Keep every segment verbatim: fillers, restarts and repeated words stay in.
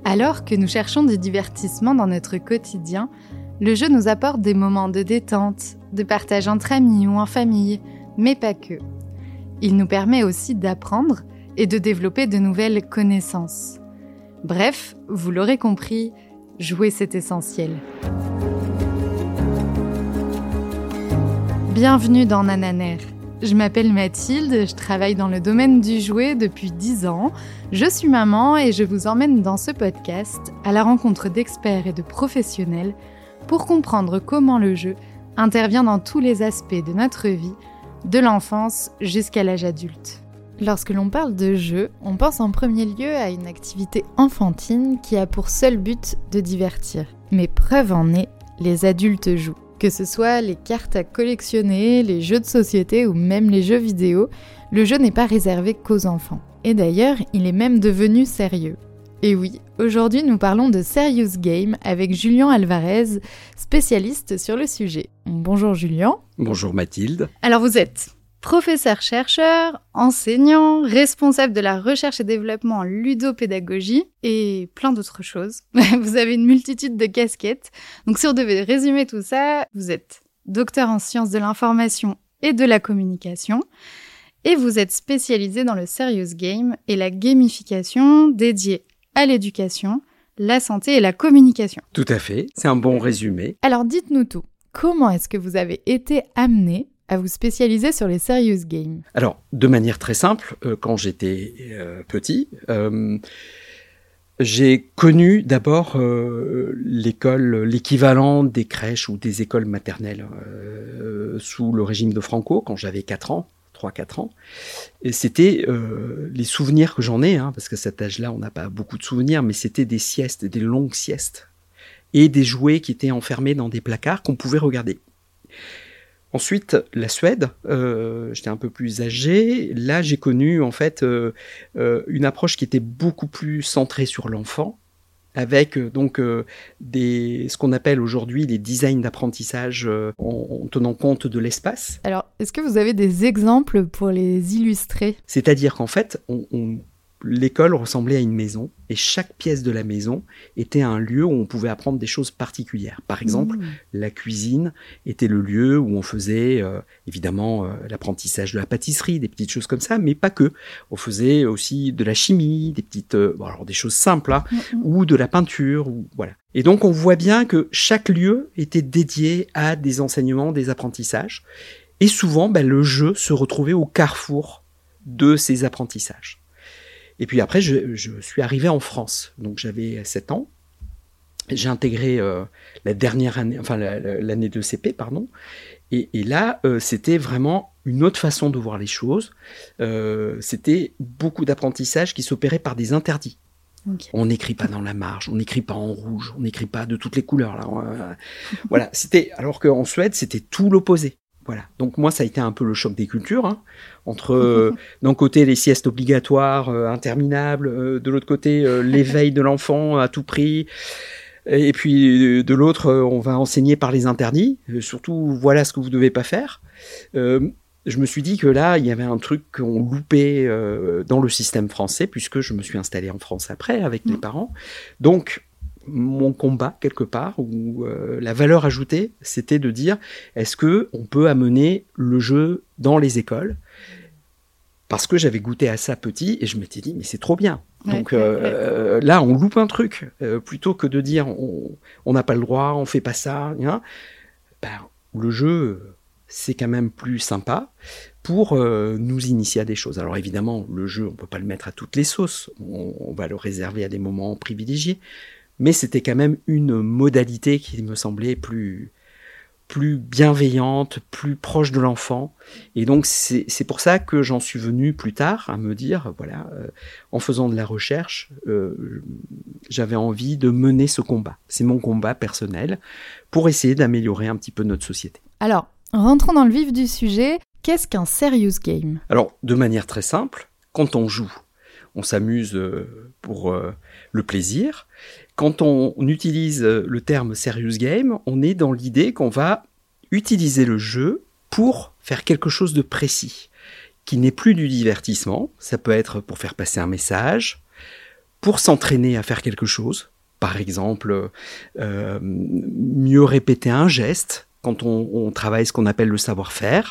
Alors que nous cherchons du divertissement dans notre quotidien, le jeu nous apporte des moments de détente, de partage entre amis ou en famille, mais pas que. Il nous permet aussi d'apprendre et de développer de nouvelles connaissances. Bref, vous l'aurez compris, jouer c'est essentiel. Bienvenue dans Nananer. Je m'appelle Mathilde, je travaille dans le domaine du jouet depuis dix ans. Je suis maman et je vous emmène dans ce podcast à la rencontre d'experts et de professionnels pour comprendre comment le jeu intervient dans tous les aspects de notre vie, de l'enfance jusqu'à l'âge adulte. Lorsque l'on parle de jeu, on pense en premier lieu à une activité enfantine qui a pour seul but de divertir. Mais preuve en est, les adultes jouent. Que ce soit les cartes à collectionner, les jeux de société ou même les jeux vidéo, le jeu n'est pas réservé qu'aux enfants. Et d'ailleurs, il est même devenu sérieux. Et oui, aujourd'hui nous parlons de Serious Game avec Julien Alvarez, spécialiste sur le sujet. Bonjour Julien. Bonjour Mathilde. Alors vous êtes professeur-chercheur, enseignant, responsable de la recherche et développement en ludopédagogie et plein d'autres choses. Vous avez une multitude de casquettes. Donc si on devait résumer tout ça, vous êtes docteur en sciences de l'information et de la communication et vous êtes spécialisé dans le Serious Game et la gamification dédiée à l'éducation, la santé et la communication. Tout à fait, c'est un bon résumé. Alors dites-nous tout. Comment est-ce que vous avez été amené à vous spécialiser sur les serious games? Alors, de manière très simple, euh, quand j'étais euh, petit, euh, j'ai connu d'abord euh, l'école, l'équivalent des crèches ou des écoles maternelles euh, sous le régime de Franco, quand j'avais quatre ans, trois quatre ans. Et c'était euh, les souvenirs que j'en ai, hein, parce qu'à cet âge-là, on n'a pas beaucoup de souvenirs, mais c'était des siestes, des longues siestes, et des jouets qui étaient enfermés dans des placards qu'on pouvait regarder. Ensuite, la Suède, euh, j'étais un peu plus âgé. Là, j'ai connu en fait euh, euh, une approche qui était beaucoup plus centrée sur l'enfant, avec euh, donc euh, des, ce qu'on appelle aujourd'hui les designs d'apprentissage euh, en, en tenant compte de l'espace. Alors, est-ce que vous avez des exemples pour les illustrer ? C'est-à-dire qu'en fait, on, on, l'école ressemblait à une maison et chaque pièce de la maison était un lieu où on pouvait apprendre des choses particulières. Par exemple, mmh. la cuisine était le lieu où on faisait euh, évidemment euh, l'apprentissage de la pâtisserie, des petites choses comme ça, mais pas que. On faisait aussi de la chimie, des petites, euh, bon, alors des choses simples, hein, mmh. ou de la peinture, ou voilà. Et donc on voit bien que chaque lieu était dédié à des enseignements, des apprentissages, et souvent ben, le jeu se retrouvait au carrefour de ces apprentissages. Et puis après, je, je suis arrivé en France. Donc j'avais sept ans. J'ai intégré euh, la dernière année, enfin la, la, l'année de C P, pardon. Et, et là, euh, c'était vraiment une autre façon de voir les choses. Euh, c'était beaucoup d'apprentissage qui s'opérait par des interdits. Okay. On n'écrit pas dans la marge, on n'écrit pas en rouge, on n'écrit pas de toutes les couleurs. Là. Euh, voilà, c'était alors qu'en Suède, c'était tout l'opposé. Voilà. Donc moi, ça a été un peu le choc des cultures, hein, entre euh, d'un côté les siestes obligatoires, euh, interminables, euh, de l'autre côté euh, l'éveil de l'enfant à tout prix, et puis de l'autre, euh, on va enseigner par les interdits, euh, surtout voilà ce que vous devez pas faire. Euh, je me suis dit que là, il y avait un truc qu'on loupait euh, dans le système français, puisque je me suis installé en France après avec mmh. les parents. Donc mon combat quelque part, où euh, la valeur ajoutée, c'était de dire est-ce que on peut amener le jeu dans les écoles ? Parce que j'avais goûté à ça petit et je m'étais dit mais c'est trop bien. Ouais, Donc euh, ouais, ouais. Euh, là on loupe un truc euh, plutôt que de dire on n'a pas le droit, on fait pas ça. Hein, ben, le jeu c'est quand même plus sympa pour euh, nous initier à des choses. Alors évidemment le jeu on peut pas le mettre à toutes les sauces, on, on va le réserver à des moments privilégiés. Mais c'était quand même une modalité qui me semblait plus, plus bienveillante, plus proche de l'enfant. Et donc, c'est, c'est pour ça que j'en suis venu plus tard à me dire, voilà, euh, en faisant de la recherche, euh, j'avais envie de mener ce combat. C'est mon combat personnel pour essayer d'améliorer un petit peu notre société. Alors, rentrons dans le vif du sujet. Qu'est-ce qu'un serious game ? Alors, de manière très simple, quand on joue, on s'amuse euh, pour euh, le plaisir. Quand on, on utilise le terme serious game, on est dans l'idée qu'on va utiliser le jeu pour faire quelque chose de précis, qui n'est plus du divertissement. Ça peut être pour faire passer un message, pour s'entraîner à faire quelque chose. Par exemple, euh, mieux répéter un geste quand on, on travaille ce qu'on appelle le savoir-faire.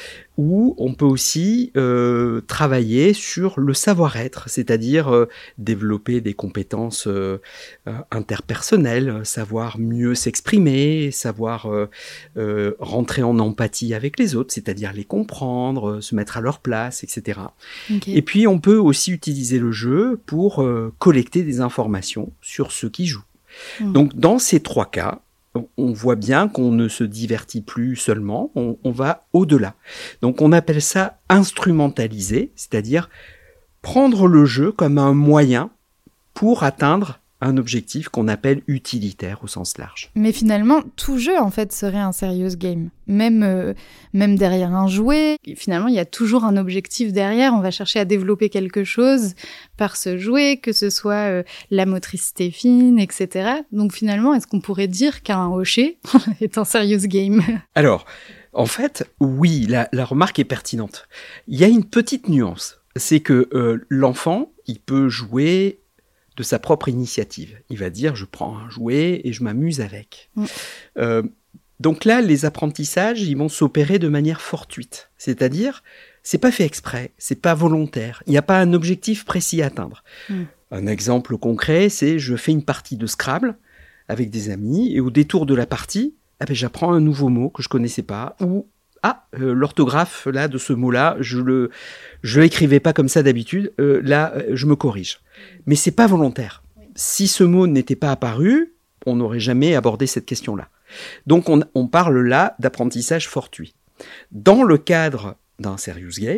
Ou on peut aussi euh, travailler sur le savoir-être, c'est-à-dire euh, développer des compétences euh, euh, interpersonnelles, savoir mieux s'exprimer, savoir euh, euh, rentrer en empathie avec les autres, c'est-à-dire les comprendre, euh, se mettre à leur place, et cetera. Okay. Et puis on peut aussi utiliser le jeu pour euh, collecter des informations sur ceux qui jouent. Mmh. Donc dans ces trois cas, on voit bien qu'on ne se divertit plus seulement, on, on va au-delà. Donc on appelle ça instrumentaliser, c'est-à-dire prendre le jeu comme un moyen pour atteindre un objectif qu'on appelle utilitaire au sens large. Mais finalement, tout jeu en fait serait un serious game. Même, euh, même derrière un jouet, finalement, il y a toujours un objectif derrière. On va chercher à développer quelque chose par ce jouet, que ce soit euh, la motricité fine, et cetera. Donc finalement, est-ce qu'on pourrait dire qu'un hocher est un serious game ? Alors, en fait, oui, la, la remarque est pertinente. Il y a une petite nuance. C'est que euh, l'enfant, il peut jouer de sa propre initiative. Il va dire, je prends un jouet et je m'amuse avec. Mmh. Euh, donc là, les apprentissages, ils vont s'opérer de manière fortuite. C'est-à-dire, c'est pas fait exprès, c'est pas volontaire. Il n'y a pas un objectif précis à atteindre. Mmh. Un exemple concret, c'est je fais une partie de Scrabble avec des amis et au détour de la partie, ah ben, j'apprends un nouveau mot que je connaissais pas ou ah, euh, l'orthographe là de ce mot-là, je le je l'écrivais pas comme ça d'habitude. Euh, là, euh, je me corrige. Mais c'est pas volontaire. Si ce mot n'était pas apparu, on n'aurait jamais abordé cette question-là. Donc, on, on parle là d'apprentissage fortuit. Dans le cadre d'un serious game,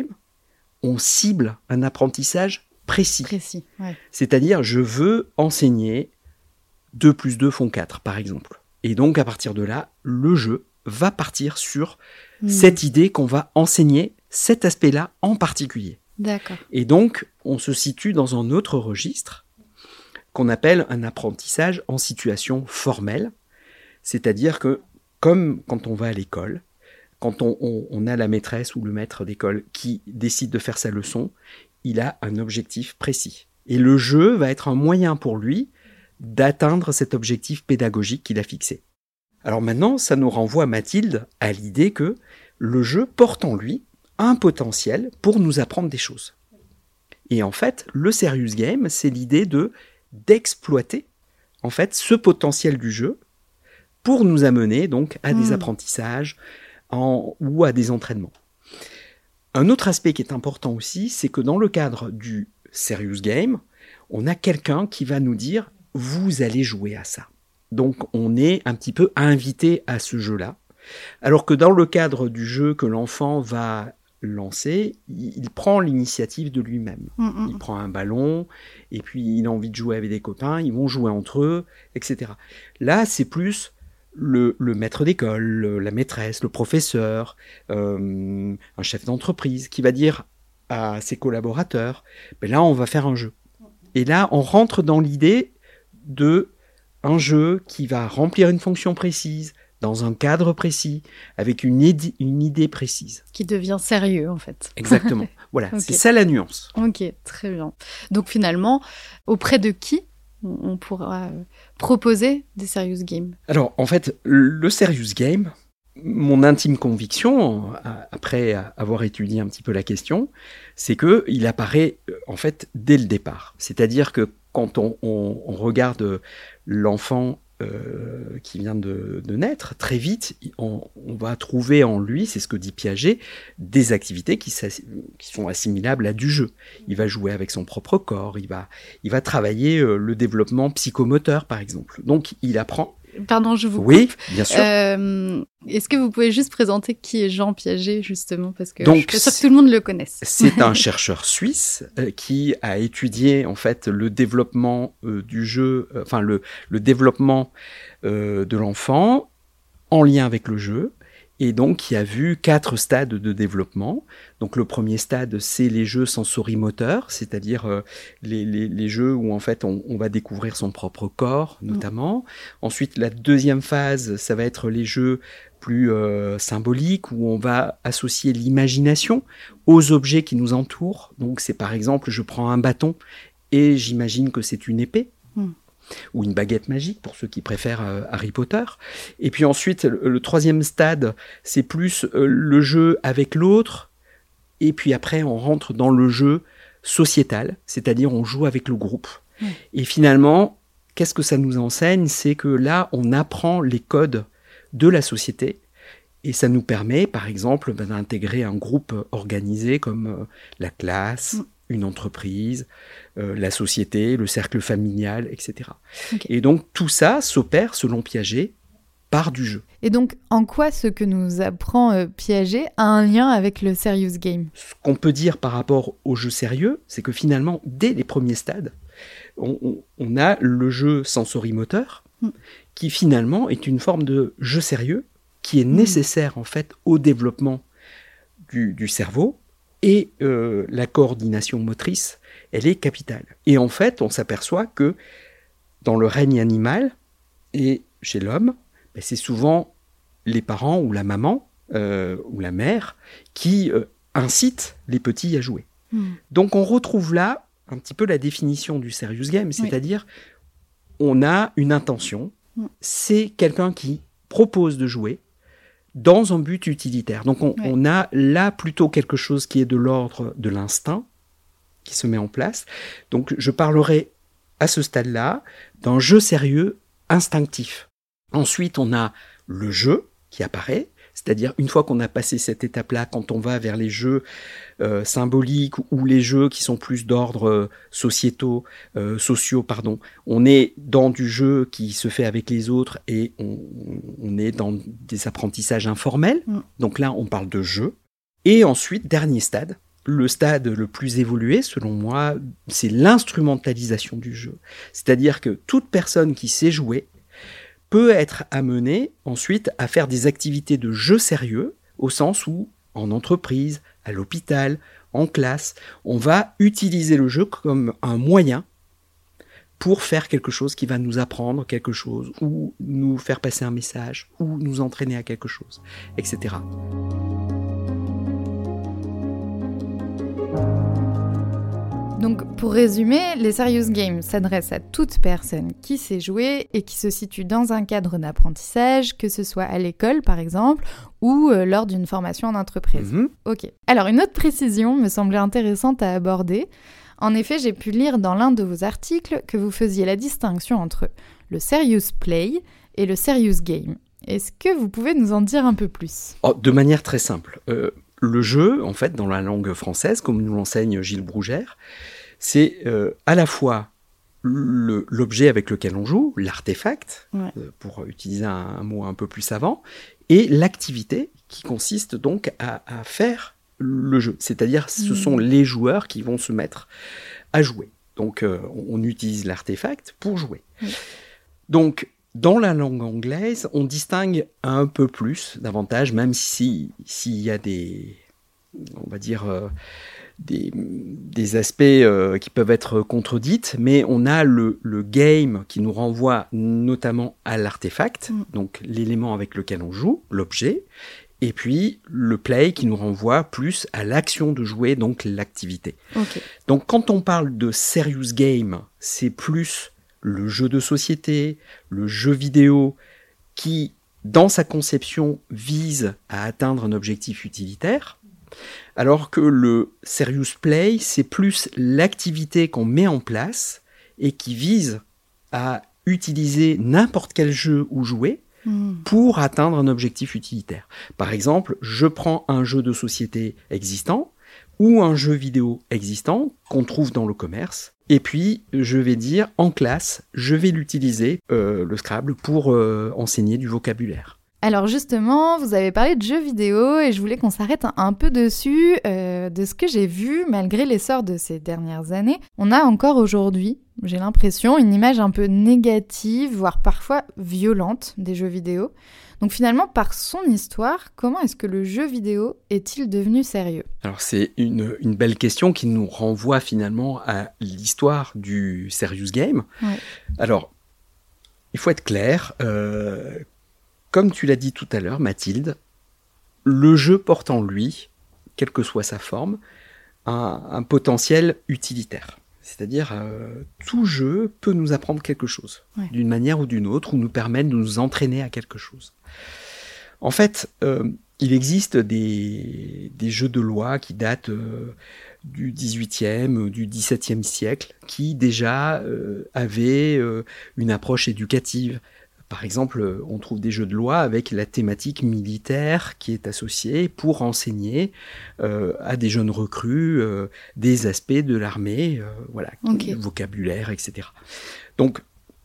on cible un apprentissage précis. Précis, ouais. C'est-à-dire, je veux enseigner deux plus deux font quatre, par exemple. Et donc, à partir de là, le jeu va partir sur mmh. cette idée qu'on va enseigner cet aspect-là en particulier. D'accord. Et donc, on se situe dans un autre registre qu'on appelle un apprentissage en situation formelle. C'est-à-dire que, comme quand on va à l'école, quand on, on, on a la maîtresse ou le maître d'école qui décide de faire sa leçon, il a un objectif précis. Et le jeu va être un moyen pour lui d'atteindre cet objectif pédagogique qu'il a fixé. Alors maintenant, ça nous renvoie, Mathilde, à l'idée que le jeu porte en lui un potentiel pour nous apprendre des choses. Et en fait, le serious game, c'est l'idée de d'exploiter en fait ce potentiel du jeu pour nous amener donc à des mmh. apprentissages en, ou à des entraînements. Un autre aspect qui est important aussi, c'est que dans le cadre du serious game, on a quelqu'un qui va nous dire « vous allez jouer à ça ». Donc on est un petit peu invité à ce jeu-là. Alors que dans le cadre du jeu que l'enfant va lancer, il prend l'initiative de lui-même. Mmh. Il prend un ballon, et puis il a envie de jouer avec des copains, ils vont jouer entre eux, et cetera. Là, c'est plus le, le maître d'école, la maîtresse, le professeur, euh, un chef d'entreprise qui va dire à ses collaborateurs, ben là, on va faire un jeu. Et là, on rentre dans l'idée de un jeu qui va remplir une fonction précise, dans un cadre précis, avec une, idée, une idée précise. Qui devient sérieux, en fait. Exactement. Voilà, okay. C'est ça la nuance. Ok, très bien. Donc finalement, auprès de qui on pourra proposer des serious games ? Alors, en fait, le serious game, mon intime conviction, après avoir étudié un petit peu la question, c'est qu'il apparaît, en fait, dès le départ. C'est-à-dire que quand on, on, on regarde l'enfant Euh, qui vient de, de naître, très vite, on, on va trouver en lui, c'est ce que dit Piaget, des activités qui, qui sont assimilables à du jeu. Il va jouer avec son propre corps, il va, il va travailler euh, le développement psychomoteur, par exemple. Donc, il apprend... Pardon, je vous coupe. Oui, bien sûr. Euh, est-ce que vous pouvez juste présenter qui est Jean Piaget, justement, parce que Donc, je suis pas sûre que tout le monde le connaisse. C'est un chercheur suisse euh, qui a étudié en fait le développement euh, du jeu, euh, enfin le, le développement euh, de l'enfant en lien avec le jeu. Et donc, qui a vu quatre stades de développement. Donc, le premier stade, c'est les jeux sensorimoteurs, c'est-à-dire euh, les, les, les jeux où, en fait, on, on va découvrir son propre corps, notamment. Mmh. Ensuite, la deuxième phase, ça va être les jeux plus euh, symboliques, où on va associer l'imagination aux objets qui nous entourent. Donc, c'est par exemple, je prends un bâton et j'imagine que c'est une épée. Mm. Ou une baguette magique pour ceux qui préfèrent euh, Harry Potter. Et puis ensuite, le, le troisième stade, c'est plus euh, le jeu avec l'autre. Et puis après, on rentre dans le jeu sociétal, c'est-à-dire on joue avec le groupe. Mmh. Et finalement, qu'est-ce que ça nous enseigne ? C'est que là, on apprend les codes de la société. Et ça nous permet, par exemple, ben, d'intégrer un groupe organisé comme euh, la classe, mmh. une entreprise, euh, la société, le cercle familial, et cetera. Okay. Et donc, tout ça s'opère, selon Piaget, par du jeu. Et donc, en quoi ce que nous apprend euh, Piaget a un lien avec le serious game ? Ce qu'on peut dire par rapport au jeu sérieux, c'est que finalement, dès les premiers stades, on, on, on a le jeu sensorimoteur, mm. qui finalement est une forme de jeu sérieux, qui est mm. nécessaire en fait au développement du, du cerveau, et euh, la coordination motrice, elle est capitale. Et en fait, on s'aperçoit que dans le règne animal et chez l'homme, ben c'est souvent les parents ou la maman euh, ou la mère qui euh, incitent les petits à jouer. Mmh. Donc on retrouve là un petit peu la définition du serious game, c'est-à-dire oui. on a une intention, mmh. c'est quelqu'un qui propose de jouer dans un but utilitaire. Donc on, oui. on a là plutôt quelque chose qui est de l'ordre de l'instinct qui se met en place. Donc je parlerai à ce stade-là d'un jeu sérieux instinctif. Ensuite, on a le jeu qui apparaît, c'est-à-dire une fois qu'on a passé cette étape-là, quand on va vers les jeux euh, symboliques ou les jeux qui sont plus d'ordre euh, sociétaux, euh, sociaux, pardon, on est dans du jeu qui se fait avec les autres et on, on est dans des apprentissages informels. Mm. Donc là, on parle de jeu. Et ensuite, dernier stade, le stade le plus évolué, selon moi, c'est l'instrumentalisation du jeu. C'est-à-dire que toute personne qui sait jouer peut être amené ensuite à faire des activités de jeu sérieux, au sens où, en entreprise, à l'hôpital, en classe, on va utiliser le jeu comme un moyen pour faire quelque chose qui va nous apprendre quelque chose, ou nous faire passer un message, ou nous entraîner à quelque chose, et cetera. Donc, pour résumer, les serious games s'adressent à toute personne qui sait jouer et qui se situe dans un cadre d'apprentissage, que ce soit à l'école par exemple, ou euh, lors d'une formation en entreprise. Mmh. Ok. Alors, une autre précision me semblait intéressante à aborder. En effet, j'ai pu lire dans l'un de vos articles que vous faisiez la distinction entre le serious play et le serious game. Est-ce que vous pouvez nous en dire un peu plus ? Oh, de manière très simple. Euh... Le jeu, en fait, dans la langue française, comme nous l'enseigne Gilles Brougère, c'est euh, à la fois le, l'objet avec lequel on joue, l'artefact, ouais. euh, pour utiliser un, un mot un peu plus savant, et l'activité qui consiste donc à, à faire le jeu. C'est-à-dire, ce mmh. sont les joueurs qui vont se mettre à jouer. Donc, euh, on utilise l'artefact pour jouer. Mmh. Donc, dans la langue anglaise, on distingue un peu plus, davantage, même si s'il y a des, on va dire, euh, des, des aspects euh, qui peuvent être contredits, mais on a le, le game qui nous renvoie notamment à l'artefact, mm. donc l'élément avec lequel on joue, l'objet, et puis le play qui nous renvoie plus à l'action de jouer, donc l'activité. Okay. Donc quand on parle de serious game, c'est plus le jeu de société, le jeu vidéo, qui, dans sa conception, vise à atteindre un objectif utilitaire, alors que le serious play, c'est plus l'activité qu'on met en place et qui vise à utiliser n'importe quel jeu ou jouer mmh. pour atteindre un objectif utilitaire. Par exemple, je prends un jeu de société existant ou un jeu vidéo existant qu'on trouve dans le commerce, et puis je vais dire en classe, je vais l'utiliser, euh, le Scrabble, pour euh, enseigner du vocabulaire. Alors justement, vous avez parlé de jeux vidéo et je voulais qu'on s'arrête un, un peu dessus. Euh, de ce que j'ai vu, malgré l'essor de ces dernières années, on a encore aujourd'hui, j'ai l'impression, une image un peu négative, voire parfois violente des jeux vidéo. Donc finalement, par son histoire, comment est-ce que le jeu vidéo est-il devenu sérieux ? Alors c'est une, une belle question qui nous renvoie finalement à l'histoire du serious game. Ouais. Alors, il faut être clair, euh, comme tu l'as dit tout à l'heure, Mathilde, le jeu porte en lui, quelle que soit sa forme, un, un potentiel utilitaire. C'est-à-dire, euh, tout jeu peut nous apprendre quelque chose, ouais. d'une manière ou d'une autre, ou nous permettre de nous entraîner à quelque chose. En fait, euh, il existe des, des jeux de loi qui datent euh, du dix-huitième, du dix-septième siècle, qui déjà euh, avaient euh, une approche éducative. Par exemple, on trouve des jeux de loi avec la thématique militaire qui est associée pour enseigner euh, à des jeunes recrues euh, des aspects de l'armée, euh, voilà, okay. du vocabulaire, et cetera. Donc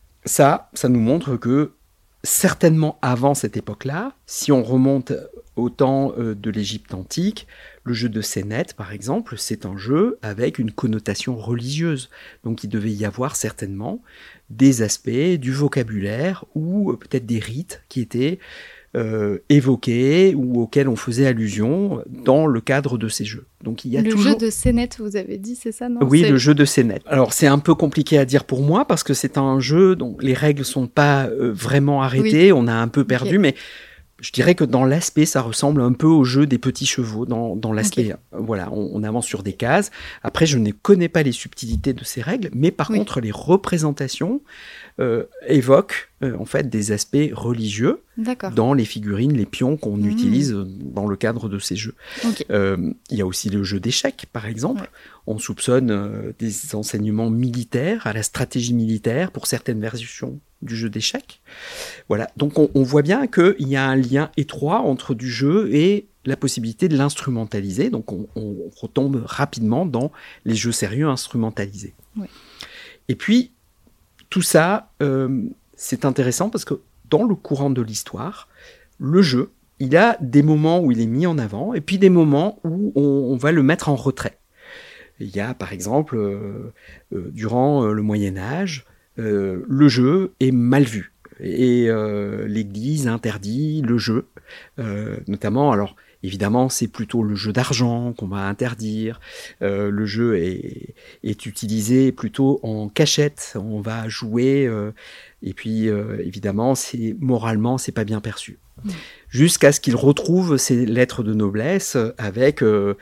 ça, ça nous montre que certainement avant cette époque-là, si on remonte au temps euh, de l'Égypte antique, le jeu de Sénète, par exemple, c'est un jeu avec une connotation religieuse. Donc il devait y avoir certainement des aspects du vocabulaire ou peut-être des rites qui étaient euh, évoqués ou auxquels on faisait allusion dans le cadre de ces jeux. Donc il y a le toujours... jeu de Sénète, vous avez dit, c'est ça, non? Oui, c'est... le jeu de Sénète. Alors c'est un peu compliqué à dire pour moi parce que c'est un jeu dont les règles sont pas euh, vraiment arrêtées, oui. on a un peu perdu, okay. mais je dirais que dans l'aspect, ça ressemble un peu au jeu des petits chevaux, dans, dans l'aspect. Okay. Voilà, on, on avance sur des cases. Après, je ne connais pas les subtilités de ces règles, mais par oui. contre, les représentations euh, évoquent euh, en fait des aspects religieux D'accord. dans les figurines, les pions qu'on mmh. utilise dans le cadre de ces jeux. Okay. Euh, il y a aussi le jeu d'échecs, par exemple. Ouais. On soupçonne euh, des enseignements militaires à la stratégie militaire pour certaines versions du jeu d'échecs. Voilà, donc on, on voit bien qu'il y a un lien étroit entre du jeu et la possibilité de l'instrumentaliser. Donc on, on retombe rapidement dans les jeux sérieux instrumentalisés. Oui. Et puis, tout ça, euh, c'est intéressant parce que dans le courant de l'histoire, le jeu, il a des moments où il est mis en avant et puis des moments où on, on va le mettre en retrait. Il y a par exemple, euh, euh, durant le Moyen-Âge, euh, le jeu est mal vu. Et euh, l'Église interdit le jeu, euh, notamment, alors évidemment c'est plutôt le jeu d'argent qu'on va interdire, euh, le jeu est, est utilisé plutôt en cachette, on va jouer, euh, et puis euh, évidemment c'est, moralement c'est pas bien perçu. Mmh. Jusqu'à ce qu'il retrouve ses lettres de noblesse avec... Euh,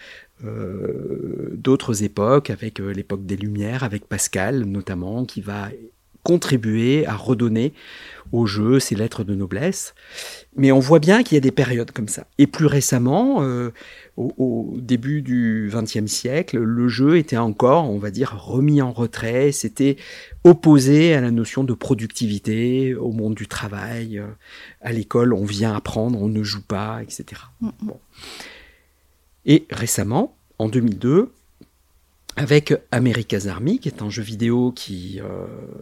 Euh, d'autres époques, avec euh, l'époque des Lumières, avec Pascal notamment, qui va contribuer à redonner au jeu ses lettres de noblesse. Mais on voit bien qu'il y a des périodes comme ça. Et plus récemment, euh, au, au début du vingtième siècle, le jeu était encore, on va dire, remis en retrait, c'était opposé à la notion de productivité, au monde du travail. Euh, à l'école, on vient apprendre, on ne joue pas, et cetera. Mm-hmm. Bon. Et récemment, en deux mille deux, avec America's Army, qui est un jeu vidéo qui euh,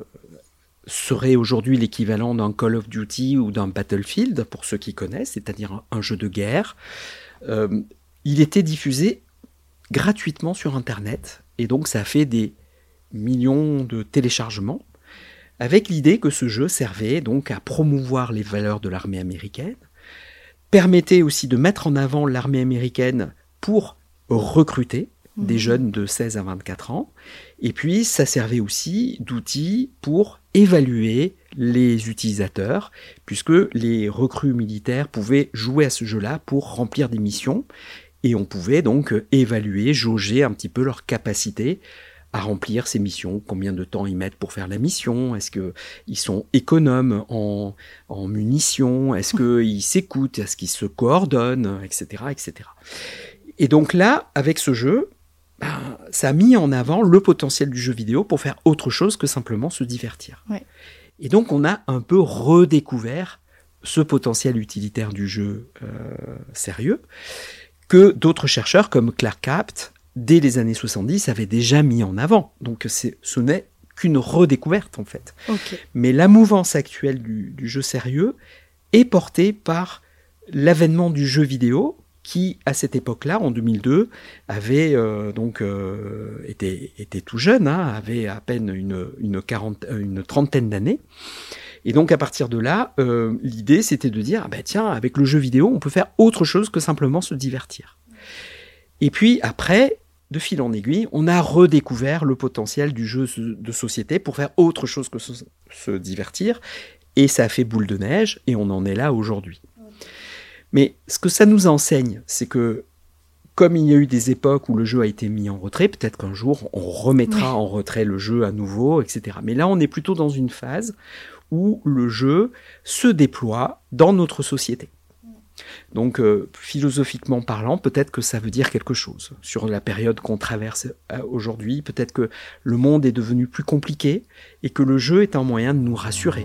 serait aujourd'hui l'équivalent d'un Call of Duty ou d'un Battlefield, pour ceux qui connaissent, c'est-à-dire un, un jeu de guerre, euh, il était diffusé gratuitement sur Internet, et donc ça a fait des millions de téléchargements, avec l'idée que ce jeu servait donc à promouvoir les valeurs de l'armée américaine, permettait aussi de mettre en avant l'armée américaine pour recruter mmh. des jeunes de seize à vingt-quatre ans. Et puis, ça servait aussi d'outil pour évaluer les utilisateurs, puisque les recrues militaires pouvaient jouer à ce jeu-là pour remplir des missions. Et on pouvait donc évaluer, jauger un petit peu leur capacité à remplir ces missions, combien de temps ils mettent pour faire la mission, est-ce qu'ils sont économes en, en munitions, est-ce qu'ils s'écoutent, est-ce qu'ils se coordonnent, et cetera, et cetera. Et donc là, avec ce jeu, ben, ça a mis en avant le potentiel du jeu vidéo pour faire autre chose que simplement se divertir. Ouais. Et donc on a un peu redécouvert ce potentiel utilitaire du jeu euh, sérieux, que d'autres chercheurs comme Clark Capt, dès les années soixante-dix, avaient déjà mis en avant. Donc c'est, ce n'est qu'une redécouverte en fait. Okay. Mais la mouvance actuelle du, du jeu sérieux est portée par l'avènement du jeu vidéo, qui, à cette époque-là, en deux mille deux, avait euh, donc euh, été, était tout jeune, hein, avait à peine une, une, quarante, une trentaine d'années. Et donc, à partir de là, euh, l'idée, c'était de dire, ah ben, tiens, avec le jeu vidéo, on peut faire autre chose que simplement se divertir. Et puis, après, de fil en aiguille, on a redécouvert le potentiel du jeu de société pour faire autre chose que se, se divertir. Et ça a fait boule de neige, et on en est là aujourd'hui. Mais ce que ça nous enseigne, c'est que comme il y a eu des époques où le jeu a été mis en retrait, peut-être qu'un jour on remettra oui. en retrait le jeu à nouveau, et cetera. Mais là, on est plutôt dans une phase où le jeu se déploie dans notre société. Donc, euh, philosophiquement parlant, peut-être que ça veut dire quelque chose. Sur la période qu'on traverse euh, aujourd'hui, peut-être que le monde est devenu plus compliqué et que le jeu est un moyen de nous rassurer.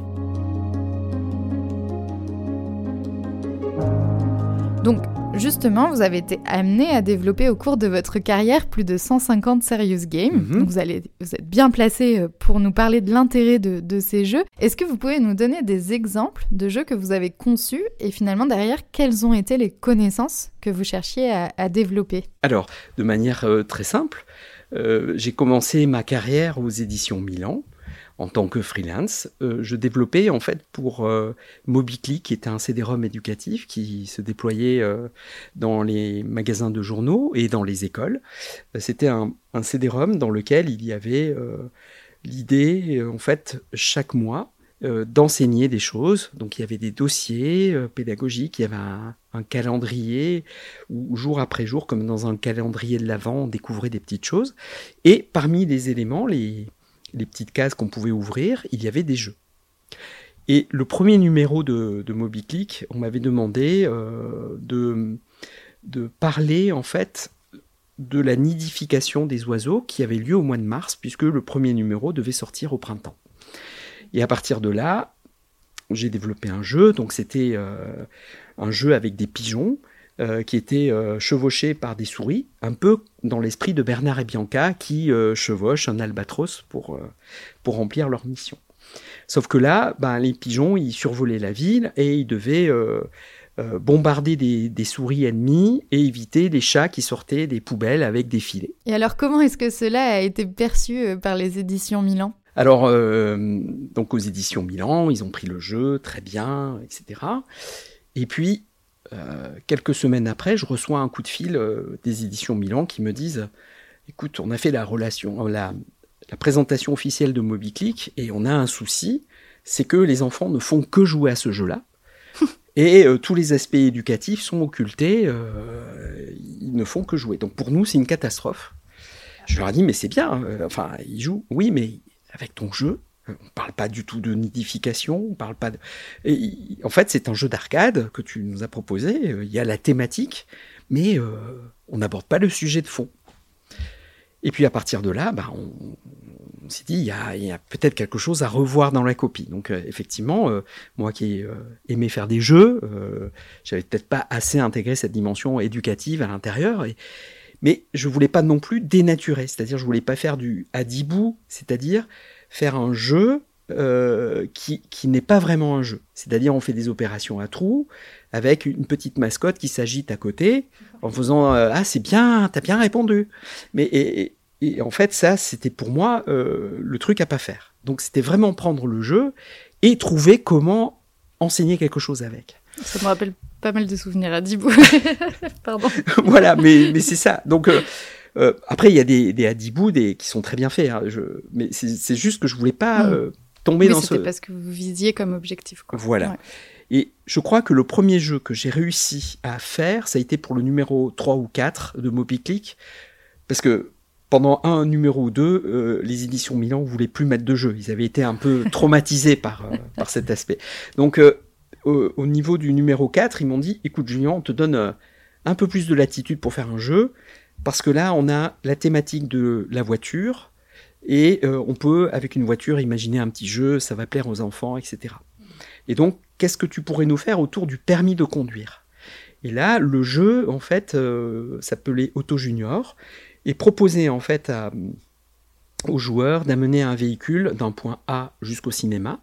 Donc, justement, vous avez été amené à développer au cours de votre carrière plus de cent cinquante serious games. Mm-hmm. Donc, vous, allez, vous êtes bien placé pour nous parler de l'intérêt de, de ces jeux. Est-ce que vous pouvez nous donner des exemples de jeux que vous avez conçus et finalement, derrière, quelles ont été les connaissances que vous cherchiez à, à développer ? Alors, de manière euh, très simple, euh, j'ai commencé ma carrière aux éditions Milan. En tant que freelance, euh, je développais en fait pour euh, MobiClick, qui était un C D-ROM éducatif qui se déployait euh, dans les magasins de journaux et dans les écoles. Euh, c'était un, un C D-ROM dans lequel il y avait euh, l'idée, euh, en fait, chaque mois, euh, d'enseigner des choses. Donc il y avait des dossiers euh, pédagogiques, il y avait un, un calendrier où jour après jour, comme dans un calendrier de l'Avent, on découvrait des petites choses. Et parmi les éléments, les les petites cases qu'on pouvait ouvrir, il y avait des jeux. Et le premier numéro de, de MobiClick, on m'avait demandé euh, de, de parler en fait de la nidification des oiseaux qui avait lieu au mois de mars, puisque le premier numéro devait sortir au printemps. Et à partir de là, j'ai développé un jeu, donc c'était euh, un jeu avec des pigeons, Euh, qui étaient euh, chevauchés par des souris, un peu dans l'esprit de Bernard et Bianca qui euh, chevauchent un albatros pour, euh, pour remplir leur mission. Sauf que là, ben, les pigeons, ils survolaient la ville et ils devaient euh, euh, bombarder des, des souris ennemies et éviter les chats qui sortaient des poubelles avec des filets. Et alors, comment est-ce que cela a été perçu par les éditions Milan ? Alors, euh, donc aux éditions Milan, ils ont pris le jeu, très bien, et cetera. Et puis, Euh, quelques semaines après, je reçois un coup de fil euh, des éditions Milan qui me disent « Écoute, on a fait la relation, la, la présentation officielle de MobiClick et on a un souci, c'est que les enfants ne font que jouer à ce jeu-là et euh, tous les aspects éducatifs sont occultés, euh, ils ne font que jouer. Donc pour nous, c'est une catastrophe. » Je leur ai dit « Mais c'est bien, euh, enfin, ils jouent. Oui, mais avec ton jeu, on ne parle pas du tout de nidification, on parle pas de... Et, en fait, c'est un jeu d'arcade que tu nous as proposé, il y a la thématique, mais euh, on n'aborde pas le sujet de fond. Et puis à partir de là, bah, on, on s'est dit, il y a, il y a peut-être quelque chose à revoir dans la copie. Donc euh, effectivement, euh, moi qui euh, aimais faire des jeux, euh, j'avais peut-être pas assez intégré cette dimension éducative à l'intérieur, et, mais je voulais pas non plus dénaturer, c'est-à-dire je voulais pas faire du hadibou, c'est-à-dire faire un jeu euh, qui, qui n'est pas vraiment un jeu. C'est-à-dire on fait des opérations à trous avec une petite mascotte qui s'agite à côté en faisant euh, « Ah, c'est bien, t'as bien répondu ». Mais et, et en fait, ça, c'était pour moi euh, le truc à pas faire. Donc c'était vraiment prendre le jeu et trouver comment enseigner quelque chose avec. Ça me rappelle pas mal de souvenirs à Hadibou. Pardon. Voilà, mais, mais c'est ça. Donc... Euh, Euh, après, il y a des, des hadibous des, qui sont très bien faits, hein, je, mais c'est, c'est juste que je voulais pas euh, tomber oui, dans ce... Oui, c'était parce que vous visiez comme objectif, quoi. Voilà. Ouais. Et je crois que le premier jeu que j'ai réussi à faire, ça a été pour le numéro trois ou quatre de MobiClick, parce que pendant un numéro ou deux, euh, les éditions Milan ne voulaient plus mettre de jeu. Ils avaient été un peu traumatisés par, euh, par cet aspect. Donc, euh, au, au niveau du numéro quatre, ils m'ont dit, écoute Julien, on te donne euh, un peu plus de latitude pour faire un jeu, parce que là, on a la thématique de la voiture, et euh, on peut, avec une voiture, imaginer un petit jeu, ça va plaire aux enfants, et cetera. Et donc, qu'est-ce que tu pourrais nous faire autour du permis de conduire ? Et là, le jeu, en fait, euh, s'appelait Auto Junior, et proposait, en fait, à, aux joueurs d'amener un véhicule d'un point A jusqu'au cinéma,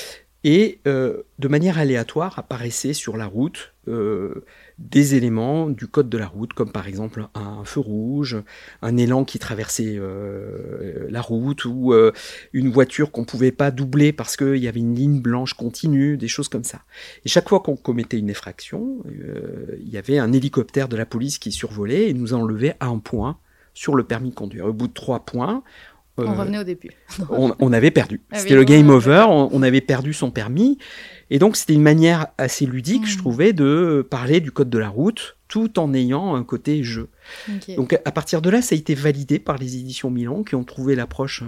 et euh, de manière aléatoire apparaissaient sur la route euh, des éléments du code de la route, comme par exemple un feu rouge, un élan qui traversait euh, la route, ou euh, une voiture qu'on ne pouvait pas doubler parce qu'il y avait une ligne blanche continue, des choses comme ça. Et chaque fois qu'on commettait une effraction, euh, il y avait un hélicoptère de la police qui survolait et nous enlevait à un point sur le permis de conduire. Au bout de trois points, Euh, on revenait au début. on, on avait perdu. Ah c'était oui, le game ouais, over, on, on avait perdu son permis. Et donc, c'était une manière assez ludique, mmh. je trouvais, de parler du code de la route, tout en ayant un côté jeu. Okay. Donc, à partir de là, ça a été validé par les éditions Milan, qui ont trouvé l'approche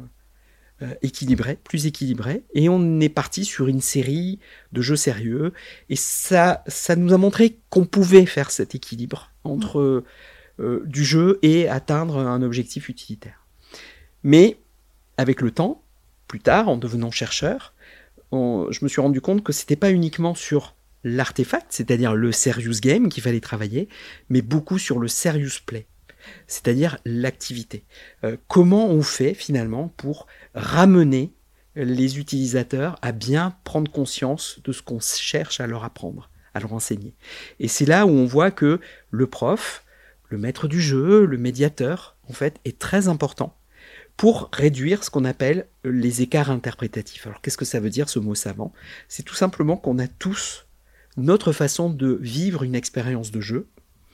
euh, euh, équilibrée, plus équilibrée. Et on est parti sur une série de jeux sérieux. Et ça, ça nous a montré qu'on pouvait faire cet équilibre entre mmh. euh, du jeu et atteindre un objectif utilitaire. Mais, avec le temps, plus tard, en devenant chercheur, on, je me suis rendu compte que c'était pas uniquement sur l'artefact, c'est-à-dire le serious game qu'il fallait travailler, mais beaucoup sur le serious play, c'est-à-dire l'activité. Euh, comment on fait finalement pour ramener les utilisateurs à bien prendre conscience de ce qu'on cherche à leur apprendre, à leur enseigner. Et c'est là où on voit que le prof, le maître du jeu, le médiateur, en fait, est très important pour réduire ce qu'on appelle les écarts interprétatifs. Alors, qu'est-ce que ça veut dire, ce mot savant ? C'est tout simplement qu'on a tous notre façon de vivre une expérience de jeu,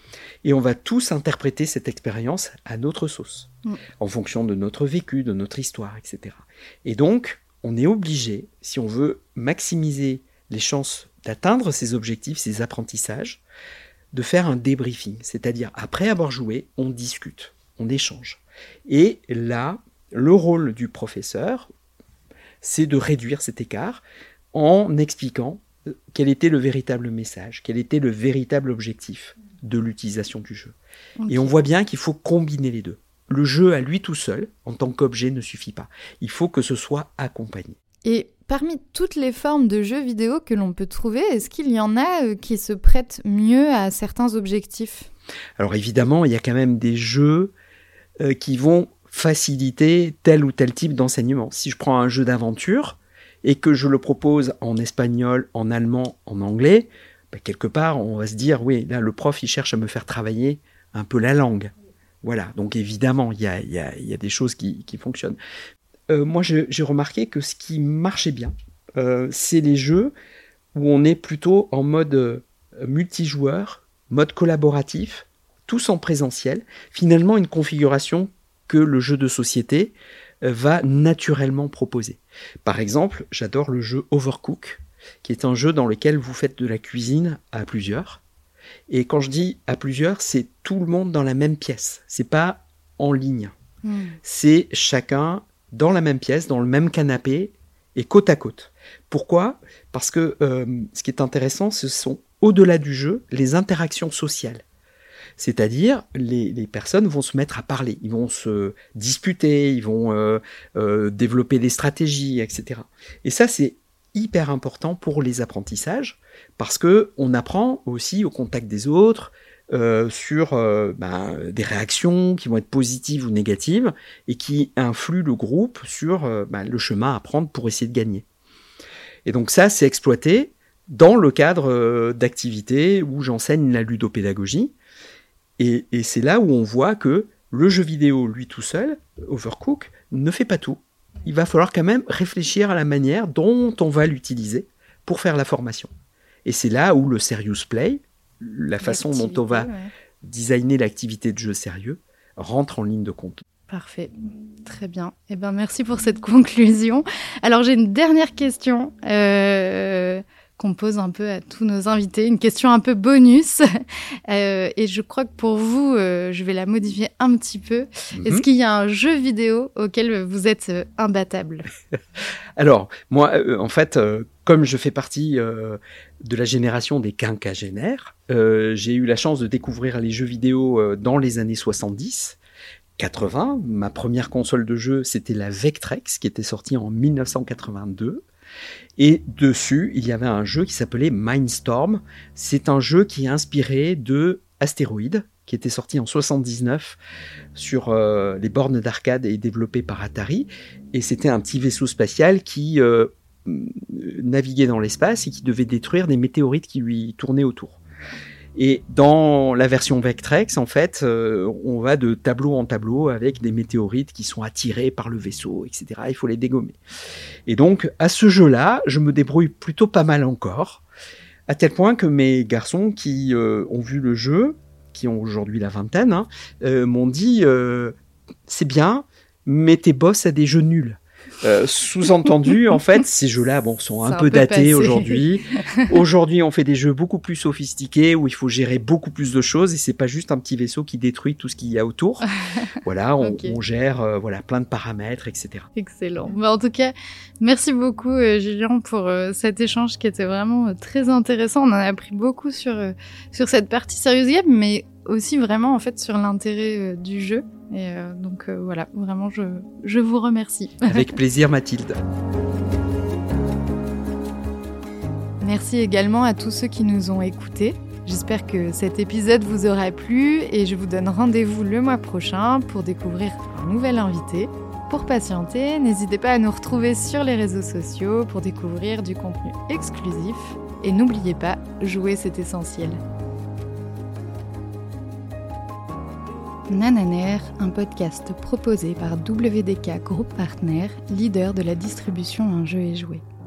et on va tous interpréter cette expérience à notre sauce, mmh. en fonction de notre vécu, de notre histoire, et cetera. Et donc, on est obligé, si on veut maximiser les chances d'atteindre ces objectifs, ces apprentissages, de faire un débriefing, c'est-à-dire, après avoir joué, on discute, on échange. Et là, le rôle du professeur, c'est de réduire cet écart en expliquant quel était le véritable message, quel était le véritable objectif de l'utilisation du jeu. Okay. Et on voit bien qu'il faut combiner les deux. Le jeu à lui tout seul, en tant qu'objet, ne suffit pas. Il faut que ce soit accompagné. Et parmi toutes les formes de jeux vidéo que l'on peut trouver, est-ce qu'il y en a qui se prêtent mieux à certains objectifs ? Alors évidemment, il y a quand même des jeux euh, qui vont faciliter tel ou tel type d'enseignement. Si je prends un jeu d'aventure et que je le propose en espagnol, en allemand, en anglais, bah, quelque part, on va se dire, oui, là, le prof, il cherche à me faire travailler un peu la langue. Voilà, donc évidemment, il y a, y a, y a des choses qui, qui fonctionnent. Euh, moi, je, j'ai remarqué que ce qui marchait bien, euh, c'est les jeux où on est plutôt en mode euh, multijoueur, mode collaboratif, tous en présentiel, finalement une configuration que le jeu de société euh, va naturellement proposer. Par exemple, j'adore le jeu Overcook, qui est un jeu dans lequel vous faites de la cuisine à plusieurs. Et quand je dis à plusieurs, c'est tout le monde dans la même pièce. C'est pas en ligne. Mmh. C'est chacun dans la même pièce, dans le même canapé et côte à côte. Pourquoi ? Parce que euh, ce qui est intéressant, ce sont, au-delà du jeu, les interactions sociales. C'est-à-dire, les, les personnes vont se mettre à parler, ils vont se disputer, ils vont euh, euh, développer des stratégies, et cetera. Et ça, c'est hyper important pour les apprentissages, parce qu'on apprend aussi au contact des autres, euh, sur euh, ben, des réactions qui vont être positives ou négatives, et qui influent le groupe sur euh, ben, le chemin à prendre pour essayer de gagner. Et donc ça, c'est exploité dans le cadre euh, d'activités où j'enseigne la ludopédagogie, et, et c'est là où on voit que le jeu vidéo, lui tout seul, Overcook, ne fait pas tout. Il va falloir quand même réfléchir à la manière dont on va l'utiliser pour faire la formation. Et c'est là où le serious play, la façon dont on va ouais. designer l'activité de jeu sérieux, rentre en ligne de compte. Parfait, très bien. Eh ben, merci pour cette conclusion. Alors j'ai une dernière question euh, qu'on pose un peu à tous nos invités, une question un peu bonus. Euh, et je crois que pour vous, euh, je vais la modifier un petit peu. Mm-hmm. Est-ce qu'il y a un jeu vidéo auquel vous êtes euh, imbattable ? Alors, moi, euh, en fait, euh, comme je fais partie euh, de la génération des quinquagénaires, euh, j'ai eu la chance de découvrir les jeux vidéo euh, dans les années soixante-dix. quatre-vingts, ma première console de jeu, c'était la Vectrex, qui était sortie en dix-neuf cent quatre-vingt-deux. Et dessus, il y avait un jeu qui s'appelait Mindstorm. C'est un jeu qui est inspiré de Astéroïde, qui était sorti en soixante-dix-neuf sur euh, les bornes d'arcade et développé par Atari. Et c'était un petit vaisseau spatial qui euh, naviguait dans l'espace et qui devait détruire des météorites qui lui tournaient autour. Et dans la version Vectrex, en fait, euh, on va de tableau en tableau avec des météorites qui sont attirées par le vaisseau, et cetera. Il faut les dégommer. Et donc, à ce jeu-là, je me débrouille plutôt pas mal encore, à tel point que mes garçons qui euh, ont vu le jeu, qui ont aujourd'hui la vingtaine, hein, euh, m'ont dit euh, « c'est bien, mettez boss à des jeux nuls. Euh, sous-entendu, en fait, ces jeux-là, bon, sont un, un peu, peu datés passé. aujourd'hui. Aujourd'hui, on fait des jeux beaucoup plus sophistiqués où il faut gérer beaucoup plus de choses et c'est pas juste un petit vaisseau qui détruit tout ce qu'il y a autour. Voilà, on, okay. on gère euh, voilà plein de paramètres, et cetera. Excellent. Bah, en tout cas, merci beaucoup, euh, Julien, pour euh, cet échange qui était vraiment euh, très intéressant. On en a appris beaucoup sur euh, sur cette partie Serious Game, mais aussi vraiment en fait sur l'intérêt euh, du jeu. Et euh, donc euh, voilà, vraiment, je, je vous remercie. Avec plaisir, Mathilde. Merci également à tous ceux qui nous ont écoutés. J'espère que cet épisode vous aura plu et je vous donne rendez-vous le mois prochain pour découvrir un nouvel invité. Pour patienter, n'hésitez pas à nous retrouver sur les réseaux sociaux pour découvrir du contenu exclusif. Et n'oubliez pas, jouer c'est essentiel. Nananer, un podcast proposé par W D K Group Partner, leader de la distribution en jeux et jouets.